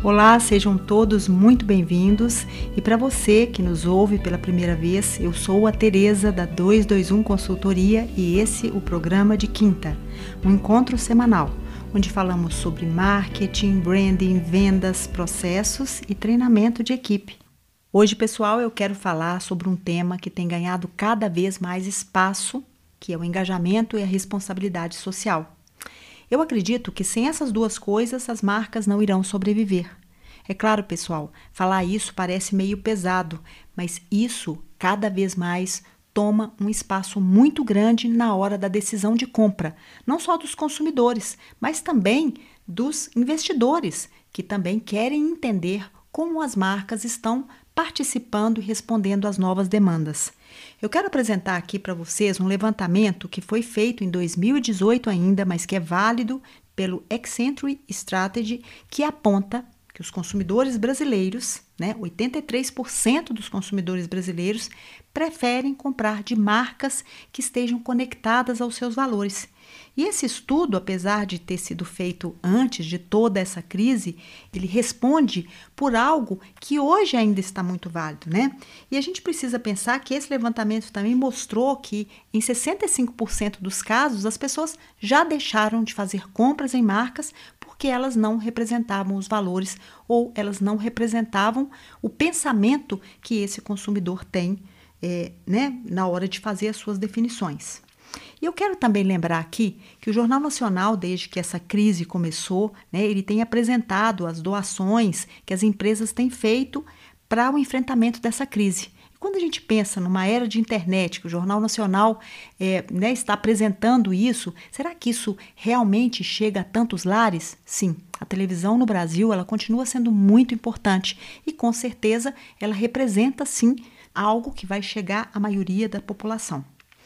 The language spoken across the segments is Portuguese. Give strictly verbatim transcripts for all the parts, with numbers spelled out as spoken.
Olá, sejam todos muito bem-vindos e para você que nos ouve pela primeira vez, eu sou a Tereza da dois dois um Consultoria e esse é o programa de quinta, um encontro semanal, onde falamos sobre marketing, branding, vendas, processos e treinamento de equipe. Hoje, pessoal, eu quero falar sobre um tema que tem ganhado cada vez mais espaço, que é o engajamento e a responsabilidade social. Eu acredito que sem essas duas coisas as marcas não irão sobreviver. É claro, pessoal, falar isso parece meio pesado, mas isso cada vez mais toma um espaço muito grande na hora da decisão de compra, não só dos consumidores, mas também dos investidores, que também querem entender como as marcas estão participando e respondendo às novas demandas. Eu quero apresentar aqui para vocês um levantamento que foi feito em dois mil e dezoito ainda, mas que é válido pelo Accenture Strategy, que aponta que os consumidores brasileiros, né, oitenta e três por cento dos consumidores brasileiros preferem comprar de marcas que estejam conectadas aos seus valores. E esse estudo, apesar de ter sido feito antes de toda essa crise, ele responde por algo que hoje ainda está muito válido, né? E a gente precisa pensar que esse levantamento também mostrou que em sessenta e cinco por cento dos casos as pessoas já deixaram de fazer compras em marcas porque elas não representavam os valores ou elas não representavam o pensamento que esse consumidor tem, é, né, na hora de fazer as suas definições. E eu quero também lembrar aqui que o Jornal Nacional, desde que essa crise começou, né, ele tem apresentado as doações que as empresas têm feito para o enfrentamento dessa crise. E quando a gente pensa numa era de internet, que o Jornal Nacional é, né, está apresentando isso, será que isso realmente chega a tantos lares? Sim, a televisão no Brasil ela continua sendo muito importante e com certeza ela representa sim algo que vai chegar à maioria da população.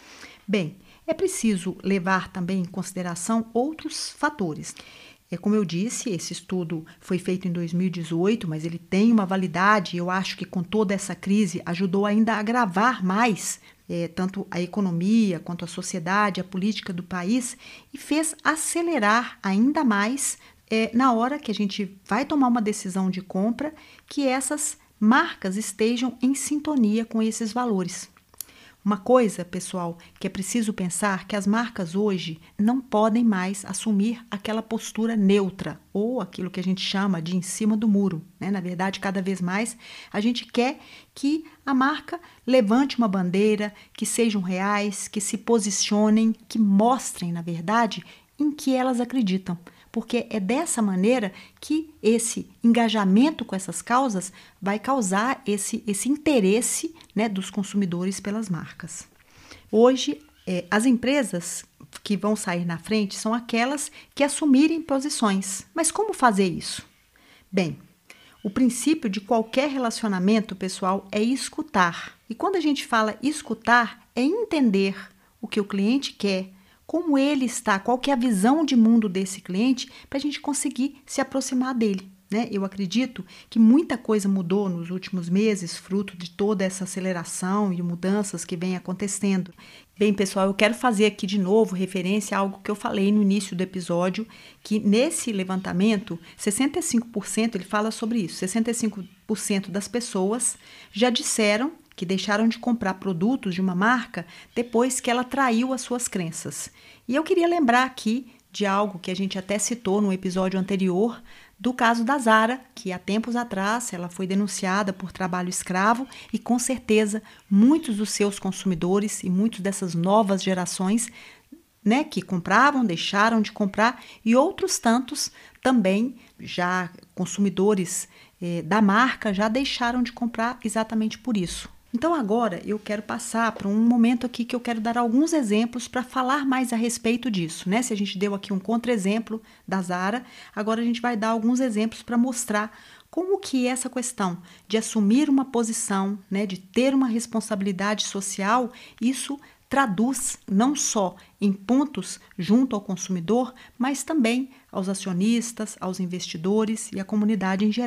Bem, é preciso levar também em consideração outros fatores. É, como eu disse, esse estudo foi feito em dois mil e dezoito, mas ele tem uma validade, eu acho que com toda essa crise ajudou ainda a agravar mais é, tanto a economia quanto a sociedade, a política do país e fez acelerar ainda mais é, na hora que a gente vai tomar uma decisão de compra que essas marcas estejam em sintonia com esses valores. Uma coisa, pessoal, que é preciso pensar que as marcas hoje não podem mais assumir aquela postura neutra ou aquilo que a gente chama de em cima do muro, né? Na verdade, cada vez mais a gente quer que a marca levante uma bandeira, que sejam reais, que se posicionem, que mostrem, na verdade, em que elas acreditam. Porque é dessa maneira que esse engajamento com essas causas vai causar esse, esse interesse, né, dos consumidores pelas marcas. Hoje, é, as empresas que vão sair na frente são aquelas que assumirem posições. Mas como fazer isso? Bem, o princípio de qualquer relacionamento, pessoal, é escutar. E quando a gente fala escutar, é entender o que o cliente quer, como ele está, qual que é a visão de mundo desse cliente para a gente conseguir se aproximar dele, né? Eu acredito que muita coisa mudou nos últimos meses, fruto de toda essa aceleração e mudanças que vem acontecendo. Bem, pessoal, eu quero fazer aqui de novo referência a algo que eu falei no início do episódio, que nesse levantamento, sessenta e cinco por cento, ele fala sobre isso, sessenta e cinco por cento das pessoas já disseram que deixaram de comprar produtos de uma marca depois que ela traiu as suas crenças. E eu queria lembrar aqui de algo que a gente até citou no episódio anterior, do caso da Zara, que há tempos atrás ela foi denunciada por trabalho escravo e com certeza muitos dos seus consumidores e muitas dessas novas gerações, né, que compravam, deixaram de comprar e outros tantos também já consumidores eh, da marca já deixaram de comprar exatamente por isso. Então agora eu quero passar para um momento aqui que eu quero dar alguns exemplos para falar mais a respeito disso, né? Se a gente deu aqui um contra-exemplo da Zara, agora a gente vai dar alguns exemplos para mostrar como que essa questão de assumir uma posição, né, de ter uma responsabilidade social, isso traduz não só em pontos junto ao consumidor, mas também aos acionistas, aos investidores e à comunidade em geral.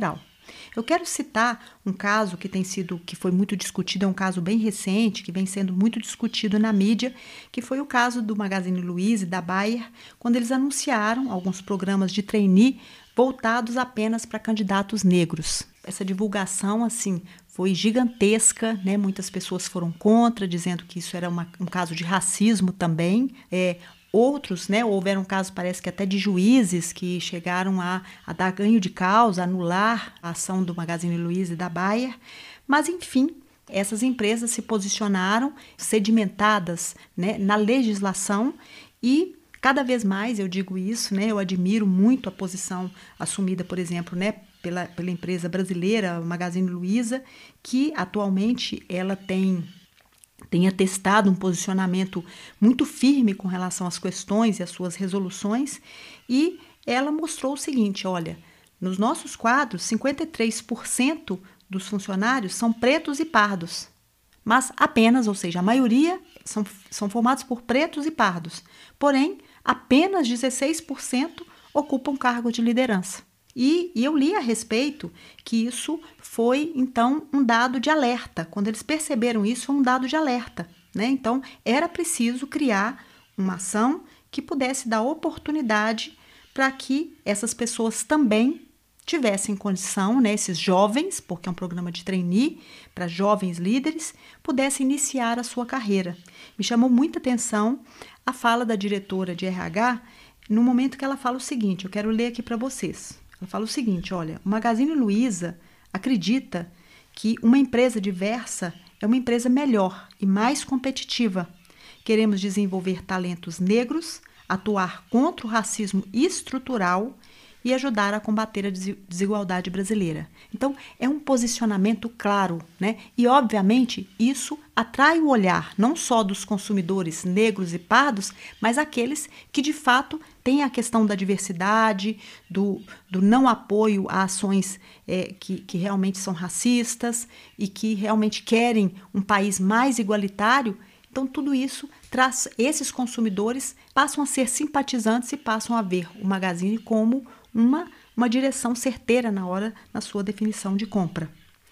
Eu quero citar um caso que tem sido, que foi muito discutido, é um caso bem recente, que vem sendo muito discutido na mídia, que foi o caso do Magazine Luiza e da Bayer, quando eles anunciaram alguns programas de trainee voltados apenas para candidatos negros. Essa divulgação, assim, foi gigantesca, né? Muitas pessoas foram contra, dizendo que isso era uma, um caso de racismo também. É, outros, né? Houveram casos, parece que até de juízes que chegaram a, a dar ganho de causa, anular a ação do Magazine Luiza e da Bayer. Mas, enfim, essas empresas se posicionaram sedimentadas, né, na legislação e cada vez mais, eu digo isso, né, eu admiro muito a posição assumida, por exemplo, né, pela, pela empresa brasileira, o Magazine Luiza, que atualmente ela tem, tem atestado um posicionamento muito firme com relação às questões e às suas resoluções, e ela mostrou o seguinte, olha, nos nossos quadros, cinquenta e três por cento dos funcionários são pretos e pardos, mas apenas, ou seja, a maioria são, são formados por pretos e pardos, porém, apenas dezesseis por cento ocupam cargo de liderança. E, e eu li a respeito que isso foi, então, um dado de alerta. Quando eles perceberam isso, foi um dado de alerta, né? Então, era preciso criar uma ação que pudesse dar oportunidade para que essas pessoas também tivessem condição, né, esses jovens, porque é um programa de trainee para jovens líderes, pudessem iniciar a sua carreira. Me chamou muita atenção a fala da diretora de R H no momento que ela fala o seguinte, eu quero ler aqui para vocês. Ela fala o seguinte, olha, o Magazine Luiza acredita que uma empresa diversa é uma empresa melhor e mais competitiva. Queremos desenvolver talentos negros, atuar contra o racismo estrutural e ajudar a combater a desigualdade brasileira. Então, é um posicionamento claro, né? E, obviamente, isso atrai o olhar não só dos consumidores negros e pardos, mas aqueles que, de fato, têm a questão da diversidade, do, do não apoio a ações é, que, que realmente são racistas e que realmente querem um país mais igualitário. Então, tudo isso traz, esses consumidores passam a ser simpatizantes e passam a ver o Magazine como Uma, uma direção certeira na hora, na sua definição de compra.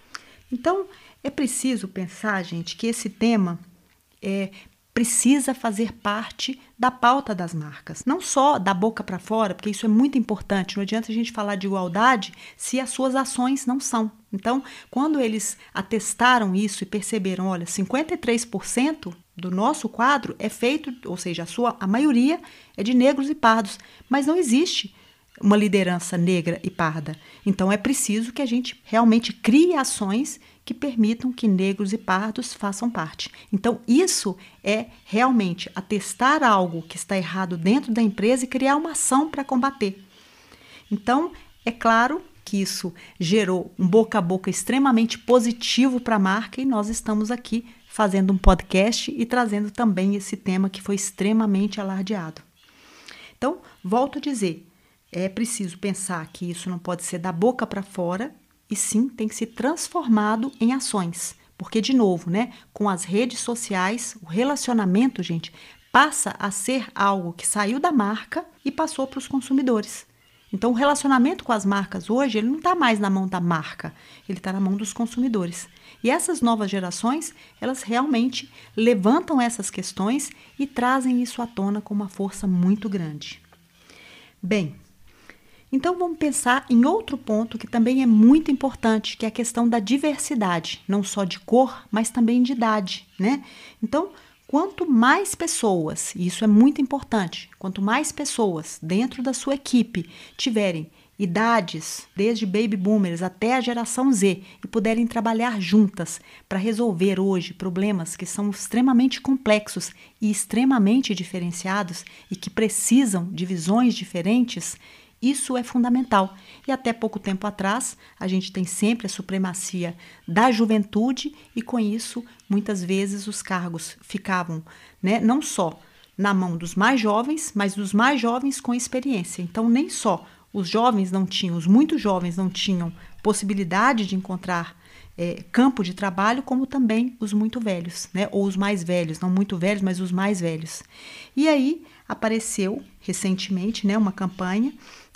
Então, é preciso pensar, gente, que esse tema é, precisa fazer parte da pauta das marcas. Não só da boca para fora, porque isso é muito importante. Não adianta a gente falar de igualdade se as suas ações não são. Então, quando eles atestaram isso e perceberam, olha, cinquenta e três por cento do nosso quadro é feito, ou seja, a, sua, a maioria é de negros e pardos, mas não existe uma liderança negra e parda. Então, é preciso que a gente realmente crie ações que permitam que negros e pardos façam parte. Então, isso é realmente atestar algo que está errado dentro da empresa e criar uma ação para combater. Então, é claro que isso gerou um boca a boca extremamente positivo para a marca e nós estamos aqui fazendo um podcast e trazendo também esse tema que foi extremamente alardeado. Então, volto a dizer, é preciso pensar que isso não pode ser da boca para fora e sim tem que ser transformado em ações. Porque, de novo, né, com as redes sociais, o relacionamento, gente, passa a ser algo que saiu da marca e passou para os consumidores. Então, o relacionamento com as marcas hoje, ele não está mais na mão da marca, ele está na mão dos consumidores. E essas novas gerações, elas realmente levantam essas questões e trazem isso à tona com uma força muito grande. Bem, então, vamos pensar em outro ponto que também é muito importante, que é a questão da diversidade, não só de cor, mas também de idade, né? Então, quanto mais pessoas, e isso é muito importante, quanto mais pessoas dentro da sua equipe tiverem idades, desde baby boomers até a geração Z, e puderem trabalhar juntas para resolver hoje problemas que são extremamente complexos e extremamente diferenciados e que precisam de visões diferentes, isso é fundamental. E até pouco tempo atrás, a gente tem sempre a supremacia da juventude e, com isso, muitas vezes os cargos ficavam, né, não só na mão dos mais jovens, mas dos mais jovens com experiência. Então, nem só os jovens não tinham, os muito jovens não tinham possibilidade de encontrar é, campo de trabalho, como também os muito velhos, né, ou os mais velhos, não muito velhos, mas os mais velhos. E aí apareceu recentemente, né, uma campanha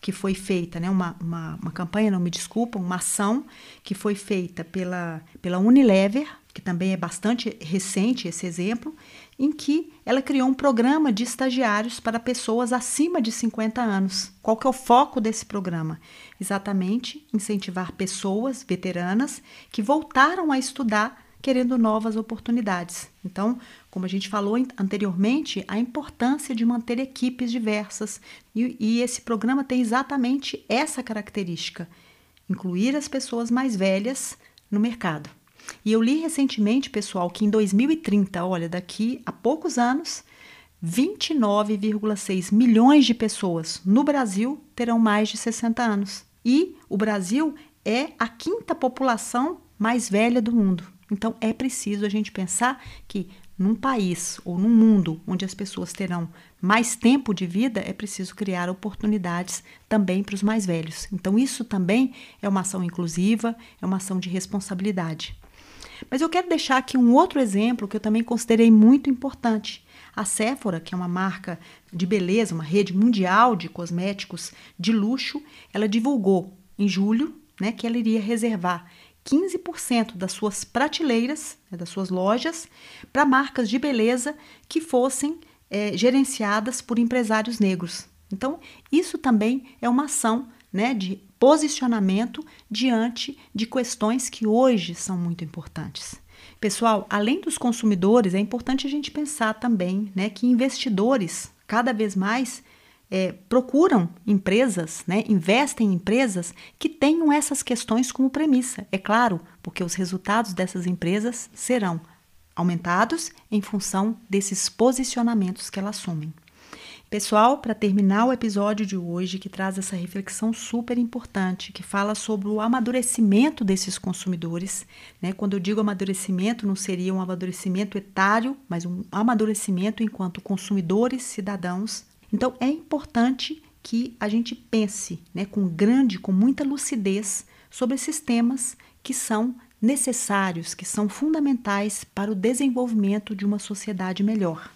que foi feita, né, uma, uma, uma campanha, não me desculpa, uma ação que foi feita pela, pela Unilever, que também é bastante recente esse exemplo, em que ela criou um programa de estagiários para pessoas acima de cinquenta anos. Qual que é o foco desse programa? Exatamente incentivar pessoas veteranas que voltaram a estudar querendo novas oportunidades. Então, como a gente falou anteriormente, a importância de manter equipes diversas. E, e esse programa tem exatamente essa característica, incluir as pessoas mais velhas no mercado. E eu li recentemente, pessoal, que em dois mil e trinta, olha, daqui a poucos anos, vinte e nove vírgula seis milhões de pessoas no Brasil terão mais de sessenta anos. E o Brasil é a quinta população mais velha do mundo. Então, é preciso a gente pensar que num país ou num mundo onde as pessoas terão mais tempo de vida, é preciso criar oportunidades também para os mais velhos. Então, isso também é uma ação inclusiva, é uma ação de responsabilidade. Mas eu quero deixar aqui um outro exemplo que eu também considerei muito importante. A Sephora, que é uma marca de beleza, uma rede mundial de cosméticos de luxo, ela divulgou em julho, né, que ela iria reservar quinze por cento das suas prateleiras, né, das suas lojas, para marcas de beleza que fossem é, gerenciadas por empresários negros. Então, isso também é uma ação, né, de posicionamento diante de questões que hoje são muito importantes. Pessoal, além dos consumidores, é importante a gente pensar também, né, que investidores cada vez mais É, procuram empresas, né, investem em empresas que tenham essas questões como premissa. É claro, porque os resultados dessas empresas serão aumentados em função desses posicionamentos que elas assumem. Pessoal, para terminar o episódio de hoje, que traz essa reflexão super importante, que fala sobre o amadurecimento desses consumidores, né? Quando eu digo amadurecimento, não seria um amadurecimento etário, mas um amadurecimento enquanto consumidores, cidadãos. Então, é importante que a gente pense, né, com grande, com muita lucidez sobre esses temas que são necessários, que são fundamentais para o desenvolvimento de uma sociedade melhor.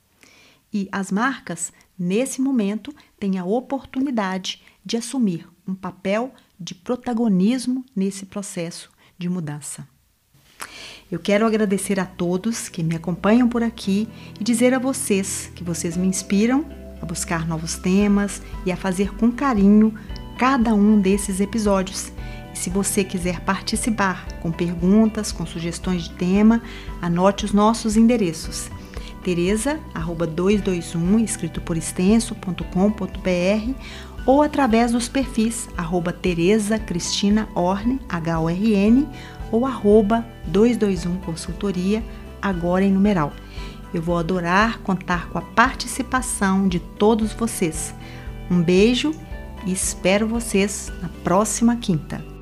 E as marcas, nesse momento, têm a oportunidade de assumir um papel de protagonismo nesse processo de mudança. Eu quero agradecer a todos que me acompanham por aqui e dizer a vocês que vocês me inspiram a buscar novos temas e a fazer com carinho cada um desses episódios. E se você quiser participar com perguntas, com sugestões de tema, anote os nossos endereços. tereza arroba duzentos e vinte e um, escrito por extenso, ponto com ponto br, ou através dos perfis arroba Tereza Cristina Orne, H O R N, ou arroba duzentos e vinte e um consultoria, agora em numeral. Eu vou adorar contar com a participação de todos vocês. Um beijo e espero vocês na próxima quinta.